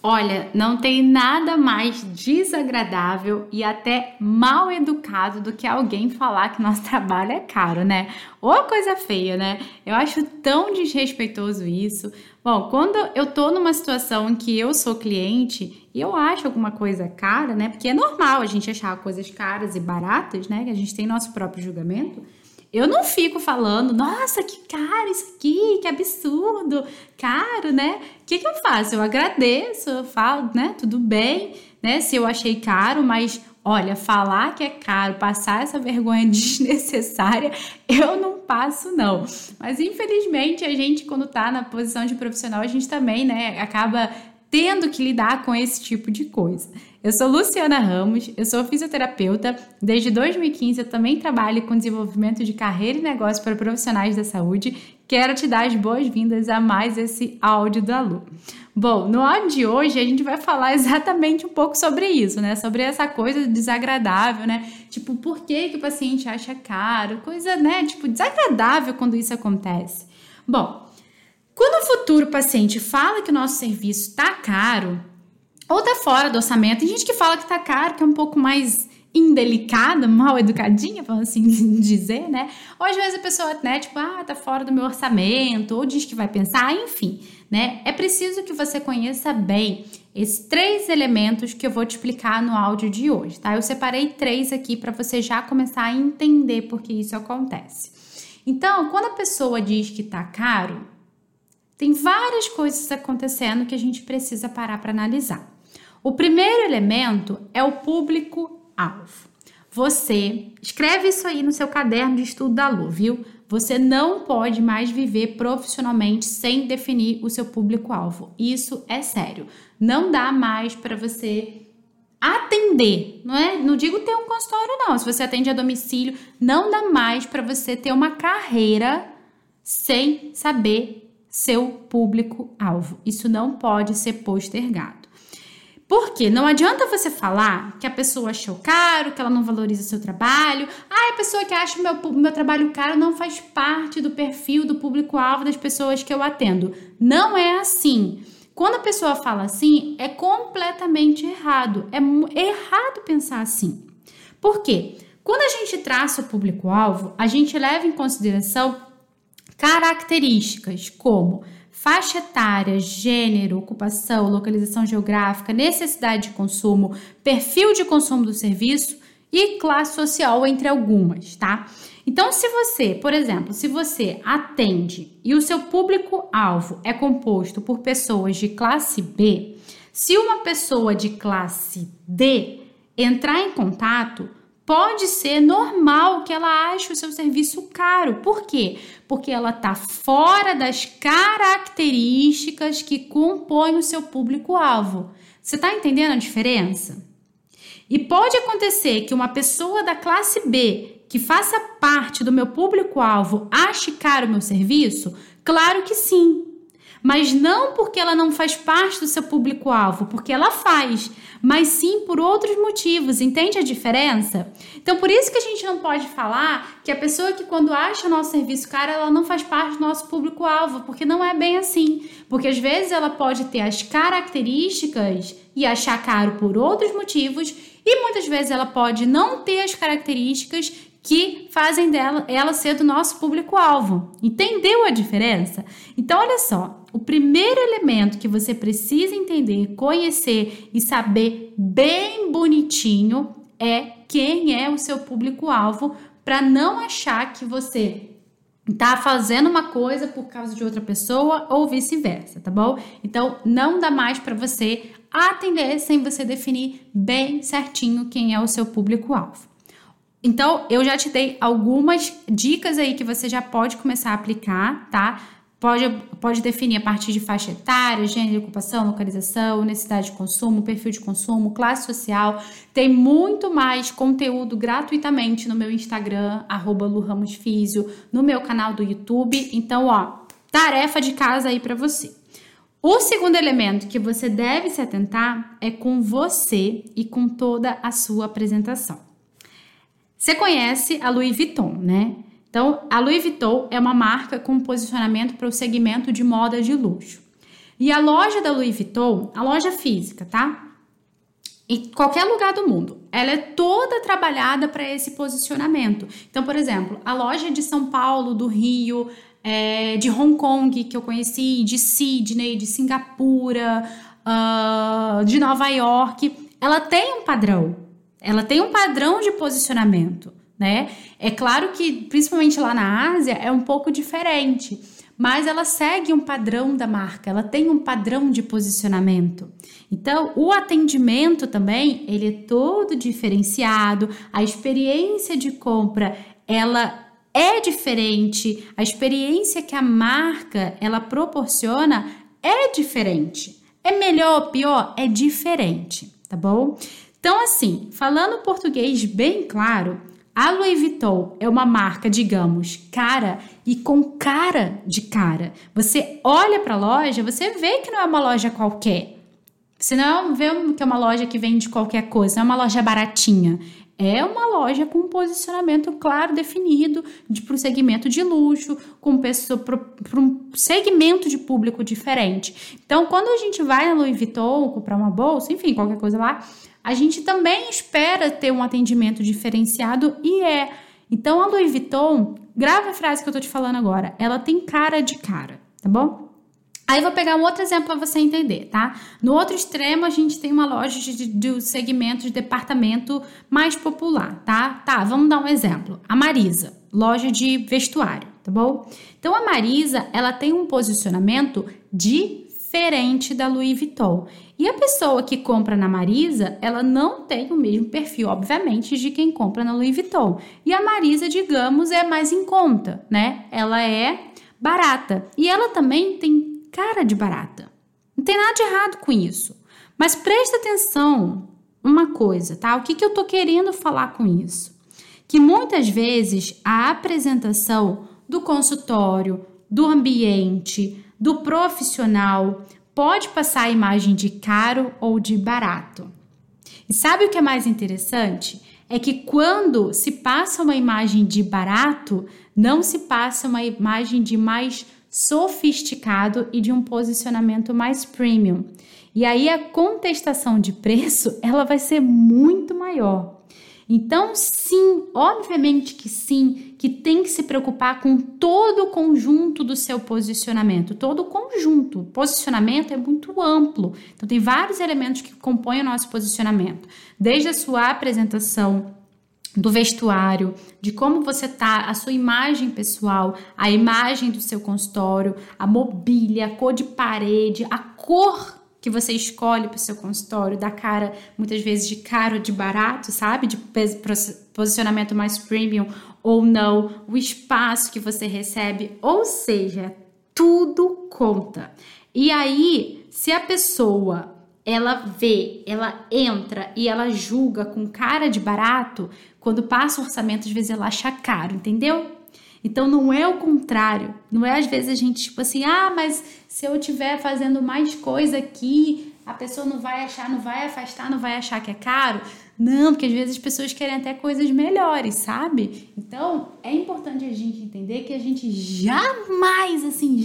Olha, não tem nada mais desagradável e até mal educado do que alguém falar que nosso trabalho é caro, né? Ou coisa feia, né? Eu acho tão desrespeitoso isso. Bom, quando eu tô numa situação em que eu sou cliente e eu acho alguma coisa cara, né? Porque é normal a gente achar coisas caras e baratas, né? Que a gente tem nosso próprio julgamento. Eu não fico falando, nossa, que caro isso aqui, que absurdo, caro, né? O que eu faço? Eu agradeço, eu falo, né? Tudo bem, né? Se eu achei caro, mas olha, falar que é caro, passar essa vergonha desnecessária, eu não passo, não. Mas infelizmente a gente, quando tá na posição de profissional, a gente também, né, acaba tendo que lidar com esse tipo de coisa. Eu sou Luciana Ramos, eu sou fisioterapeuta. Desde 2015 eu também trabalho com desenvolvimento de carreira e negócio para profissionais da saúde. Quero te dar as boas-vindas a mais esse áudio da Lu. Bom, no áudio de hoje a gente vai falar exatamente um pouco sobre isso, né? Sobre essa coisa desagradável, né? Tipo, por que o paciente acha caro? Coisa, né? Tipo, desagradável quando isso acontece. Bom, quando o futuro paciente fala que o nosso serviço está caro ou está fora do orçamento, tem gente que fala que está caro, que é um pouco mais indelicada, mal educadinha, vamos assim dizer, né? Ou às vezes a pessoa, né, tipo, tá fora do meu orçamento, ou diz que vai pensar, enfim, né? É preciso que você conheça bem esses 3 elementos que eu vou te explicar no áudio de hoje, tá? Eu separei 3 aqui para você já começar a entender por que isso acontece. Então, quando a pessoa diz que tá caro, tem várias coisas acontecendo que a gente precisa parar para analisar. O primeiro elemento é o público-alvo. Você escreve isso aí no seu caderno de estudo da Lu, viu? Você não pode mais viver profissionalmente sem definir o seu público-alvo. Isso é sério. Não dá mais para você atender, não é? Não digo ter um consultório, não. Se você atende a domicílio, não dá mais para você ter uma carreira sem saber seu público-alvo. Isso não pode ser postergado. Por quê? Não adianta você falar que a pessoa achou caro, que ela não valoriza o seu trabalho. A pessoa que acha o meu trabalho caro não faz parte do perfil do público-alvo das pessoas que eu atendo. Não é assim. Quando a pessoa fala assim, é completamente errado. É errado pensar assim. Por quê? Quando a gente traça o público-alvo, a gente leva em consideração características como faixa etária, gênero, ocupação, localização geográfica, necessidade de consumo, perfil de consumo do serviço e classe social, entre algumas, tá? Então, se você, por exemplo, se você atende e o seu público-alvo é composto por pessoas de classe B, se uma pessoa de classe D entrar em contato, pode ser normal que ela ache o seu serviço caro. Por quê? Porque ela está fora das características que compõem o seu público-alvo. Você está entendendo a diferença? E pode acontecer que uma pessoa da classe B que faça parte do meu público-alvo ache caro o meu serviço? Claro que sim. Mas não porque ela não faz parte do seu público-alvo, porque ela faz, mas sim por outros motivos, entende a diferença? Então, por isso que a gente não pode falar que a pessoa que quando acha o nosso serviço caro, ela não faz parte do nosso público-alvo, porque não é bem assim. Porque às vezes ela pode ter as características e achar caro por outros motivos, e muitas vezes ela pode não ter as características que fazem ela ser do nosso público-alvo. Entendeu a diferença? Então, olha só, o primeiro elemento que você precisa entender, conhecer e saber bem bonitinho é quem é o seu público-alvo, para não achar que você tá fazendo uma coisa por causa de outra pessoa ou vice-versa, tá bom? Então, não dá mais para você atender sem você definir bem certinho quem é o seu público-alvo. Então, eu já te dei algumas dicas aí que você já pode começar a aplicar, tá? Pode definir a partir de faixa etária, gênero, ocupação, localização, necessidade de consumo, perfil de consumo, classe social. Tem muito mais conteúdo gratuitamente no meu Instagram, @LuRamosFísio, no meu canal do YouTube. Então, tarefa de casa aí para você. O segundo elemento que você deve se atentar é com você e com toda a sua apresentação. Você conhece a Louis Vuitton, né? Então, a Louis Vuitton é uma marca com posicionamento para o segmento de moda de luxo. E a loja da Louis Vuitton, a loja física, tá? Em qualquer lugar do mundo, ela é toda trabalhada para esse posicionamento. Então, por exemplo, a loja de São Paulo, do Rio, de Hong Kong, que eu conheci, de Sydney, de Singapura, de Nova York, ela tem um padrão. Ela tem um padrão de posicionamento, né? É claro que, principalmente lá na Ásia, é um pouco diferente, mas ela segue um padrão da marca, ela tem um padrão de posicionamento. Então, o atendimento também, ele é todo diferenciado, a experiência de compra, ela é diferente, a experiência que a marca, ela proporciona é diferente. É melhor ou pior? É diferente, tá bom? Então, assim, falando português bem claro, a Louis Vuitton é uma marca, digamos, cara e com cara de cara. Você olha para a loja, você vê que não é uma loja qualquer. Você não vê que é uma loja que vende qualquer coisa, não é uma loja baratinha. É uma loja com um posicionamento claro, definido, para um segmento de luxo, para um segmento de público diferente. Então, quando a gente vai na Louis Vuitton comprar uma bolsa, enfim, qualquer coisa lá, a gente também espera ter um atendimento diferenciado e é. Então, a Louis Vuitton, grava a frase que eu tô te falando agora, ela tem cara de cara, tá bom? Aí, eu vou pegar um outro exemplo para você entender, tá? No outro extremo, a gente tem uma loja de segmento de departamento mais popular, tá? Tá, vamos dar um exemplo. A Marisa, loja de vestuário, tá bom? Então, a Marisa, ela tem um posicionamento diferente da Louis Vuitton. E a pessoa que compra na Marisa, ela não tem o mesmo perfil, obviamente, de quem compra na Louis Vuitton. E a Marisa, digamos, é mais em conta, né? Ela é barata. E ela também tem cara de barata. Não tem nada de errado com isso. Mas presta atenção uma coisa, tá? O que eu tô querendo falar com isso? Que muitas vezes a apresentação do consultório, do ambiente, do profissional pode passar a imagem de caro ou de barato. E sabe o que é mais interessante? É que quando se passa uma imagem de barato, não se passa uma imagem de mais sofisticado e de um posicionamento mais premium. E aí a contestação de preço, ela vai ser muito maior. Então, sim, obviamente que sim, que tem que se preocupar com todo o conjunto do seu posicionamento, todo o conjunto. O posicionamento é muito amplo, então tem vários elementos que compõem o nosso posicionamento, desde a sua apresentação, do vestuário, de como você tá, a sua imagem pessoal, a imagem do seu consultório, a mobília, a cor de parede, a cor que você escolhe para o seu consultório, da cara, muitas vezes de caro ou de barato, sabe? De posicionamento mais premium ou não, o espaço que você recebe, ou seja, tudo conta. E aí, se a pessoa, ela vê, ela entra e ela julga com cara de barato, quando passa o orçamento, às vezes ela acha caro, entendeu? Então, não é o contrário. Não é, às vezes, a gente, tipo assim, mas se eu estiver fazendo mais coisa aqui, a pessoa não vai achar, não vai afastar, não vai achar que é caro. Não, porque às vezes as pessoas querem até coisas melhores, sabe? Então, é importante a gente entender que a gente jamais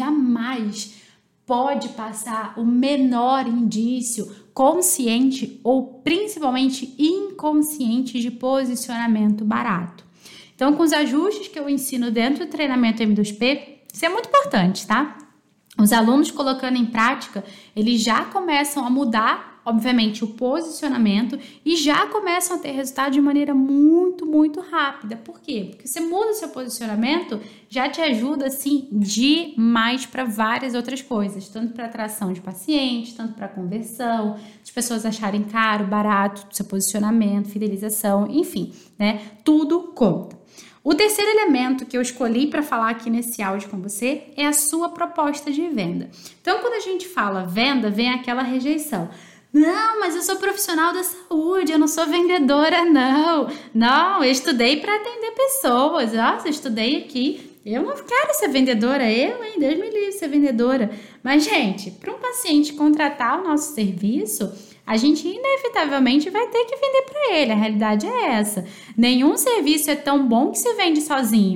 pode passar o menor indício consciente ou principalmente inconsciente de posicionamento barato. Então, com os ajustes que eu ensino dentro do treinamento M2P, isso é muito importante, tá? Os alunos colocando em prática, eles já começam a mudar, obviamente, o posicionamento e já começam a ter resultado de maneira muito, muito rápida. Por quê? Porque você muda o seu posicionamento, já te ajuda, assim, demais para várias outras coisas. Tanto para atração de pacientes, tanto para conversão, as pessoas acharem caro, barato, seu posicionamento, fidelização, enfim, né? Tudo conta. O terceiro elemento que eu escolhi para falar aqui nesse áudio com você é a sua proposta de venda. Então, quando a gente fala venda, vem aquela rejeição. Não, mas eu sou profissional da saúde, eu não sou vendedora, não. Não, eu estudei para atender pessoas. Nossa, eu estudei aqui. Eu não quero ser vendedora, Deus me livre ser vendedora. Mas, gente, para um paciente contratar o nosso serviço, a gente inevitavelmente vai ter que vender para ele. A realidade é essa. Nenhum serviço é tão bom que se vende sozinho.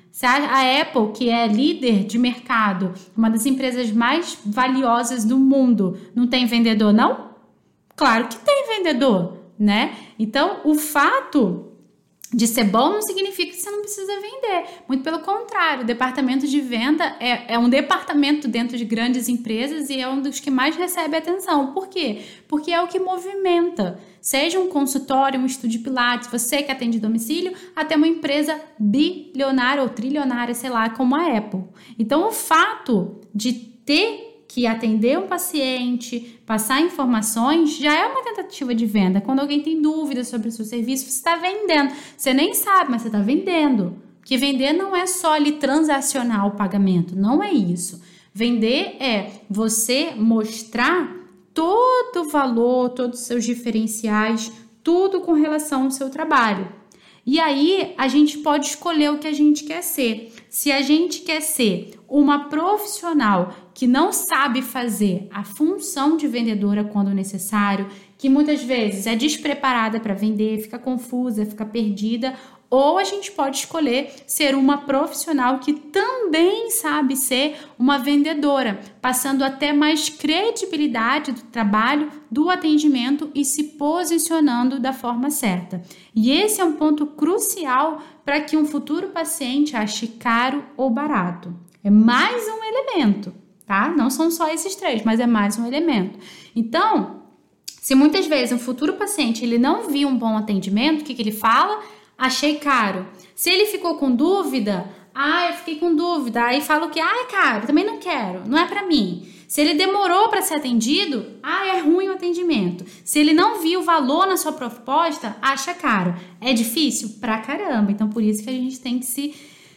Se a Apple, que é líder de mercado, uma das empresas mais valiosas do mundo, não tem vendedor, não? Claro que tem vendedor, né? Então, o fato de ser bom não significa que você não precisa vender. Muito pelo contrário, o departamento de venda é um departamento dentro de grandes empresas e é um dos que mais recebe atenção. Por quê? Porque é o que movimenta. Seja um consultório, um estúdio de pilates, você que atende domicílio, até uma empresa bilionária ou trilionária, sei lá, como a Apple. Então, o fato de ter que atender um paciente, passar informações, já é uma tentativa de venda. Quando alguém tem dúvidas sobre o seu serviço, você está vendendo. Você nem sabe, mas você está vendendo. Porque vender não é só ali transacionar o pagamento, não é isso. Vender é você mostrar todo o valor, todos os seus diferenciais, tudo com relação ao seu trabalho. E aí, a gente pode escolher o que a gente quer ser. Se a gente quer ser uma profissional que não sabe fazer a função de vendedora quando necessário, que muitas vezes é despreparada para vender, fica confusa, fica perdida, ou a gente pode escolher ser uma profissional que também sabe ser uma vendedora, passando até mais credibilidade do trabalho, do atendimento e se posicionando da forma certa. E esse é um ponto crucial para que um futuro paciente ache caro ou barato. É mais um elemento, tá? Não são só esses três, mas é mais um elemento. Então, se muitas vezes um futuro paciente ele não viu um bom atendimento, o que ele fala? Achei caro. Se ele ficou com dúvida, eu fiquei com dúvida, aí fala que, é caro, também não quero, não é pra mim. Se ele demorou para ser atendido, é ruim o atendimento. Se ele não viu valor na sua proposta, acha caro. É difícil? Pra caramba. Então, por isso que a gente tem que se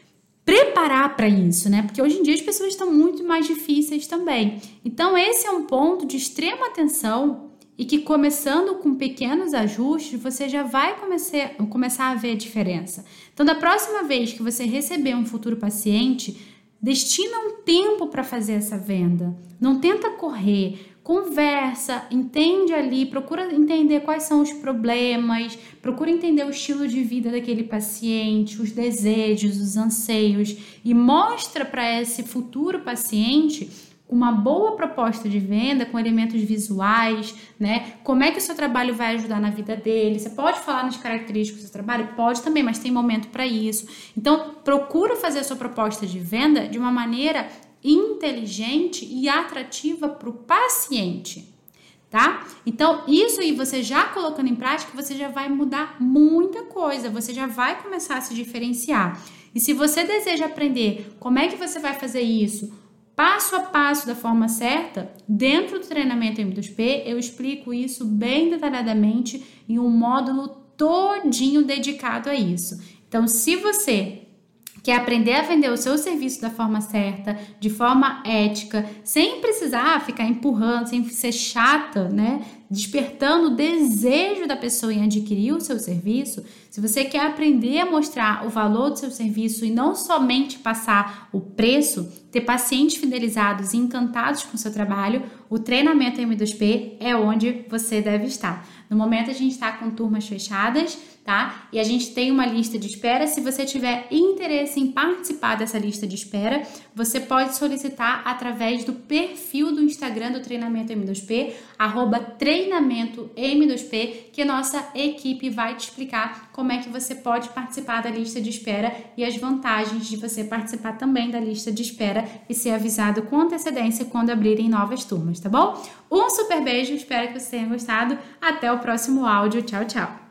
preparar para isso, né? Porque hoje em dia as pessoas estão muito mais difíceis também. Então, esse é um ponto de extrema atenção e que começando com pequenos ajustes, você já vai começar a ver a diferença. Então, da próxima vez que você receber um futuro paciente, destina um tempo para fazer essa venda. Não tenta correr, conversa, entende ali, procura entender quais são os problemas, procura entender o estilo de vida daquele paciente, os desejos, os anseios e mostra para esse futuro paciente uma boa proposta de venda com elementos visuais, né? Como é que o seu trabalho vai ajudar na vida dele? Você pode falar nas características do seu trabalho? Pode também, mas tem momento para isso. Então, procura fazer a sua proposta de venda de uma maneira inteligente e atrativa para o paciente, tá? Então, isso aí você já colocando em prática, você já vai mudar muita coisa, você já vai começar a se diferenciar. E se você deseja aprender como é que você vai fazer isso, passo a passo da forma certa, dentro do treinamento M2P, eu explico isso bem detalhadamente em um módulo todinho dedicado a isso. Então, se você quer aprender a vender o seu serviço da forma certa, de forma ética, sem precisar ficar empurrando, sem ser chata, né? Despertando o desejo da pessoa em adquirir o seu serviço, se você quer aprender a mostrar o valor do seu serviço e não somente passar o preço, ter pacientes fidelizados e encantados com o seu trabalho, o treinamento M2P é onde você deve estar. No momento a gente está com turmas fechadas, tá? E a gente tem uma lista de espera. Se você tiver interesse em participar dessa lista de espera, você pode solicitar através do perfil do Instagram do Treinamento M2P, @treinamento M2P, que a nossa equipe vai te explicar como é que você pode participar da lista de espera e as vantagens de você participar também da lista de espera e ser avisado com antecedência quando abrirem novas turmas, tá bom? Um super beijo, espero que você tenha gostado. Até o próximo áudio. Tchau, tchau!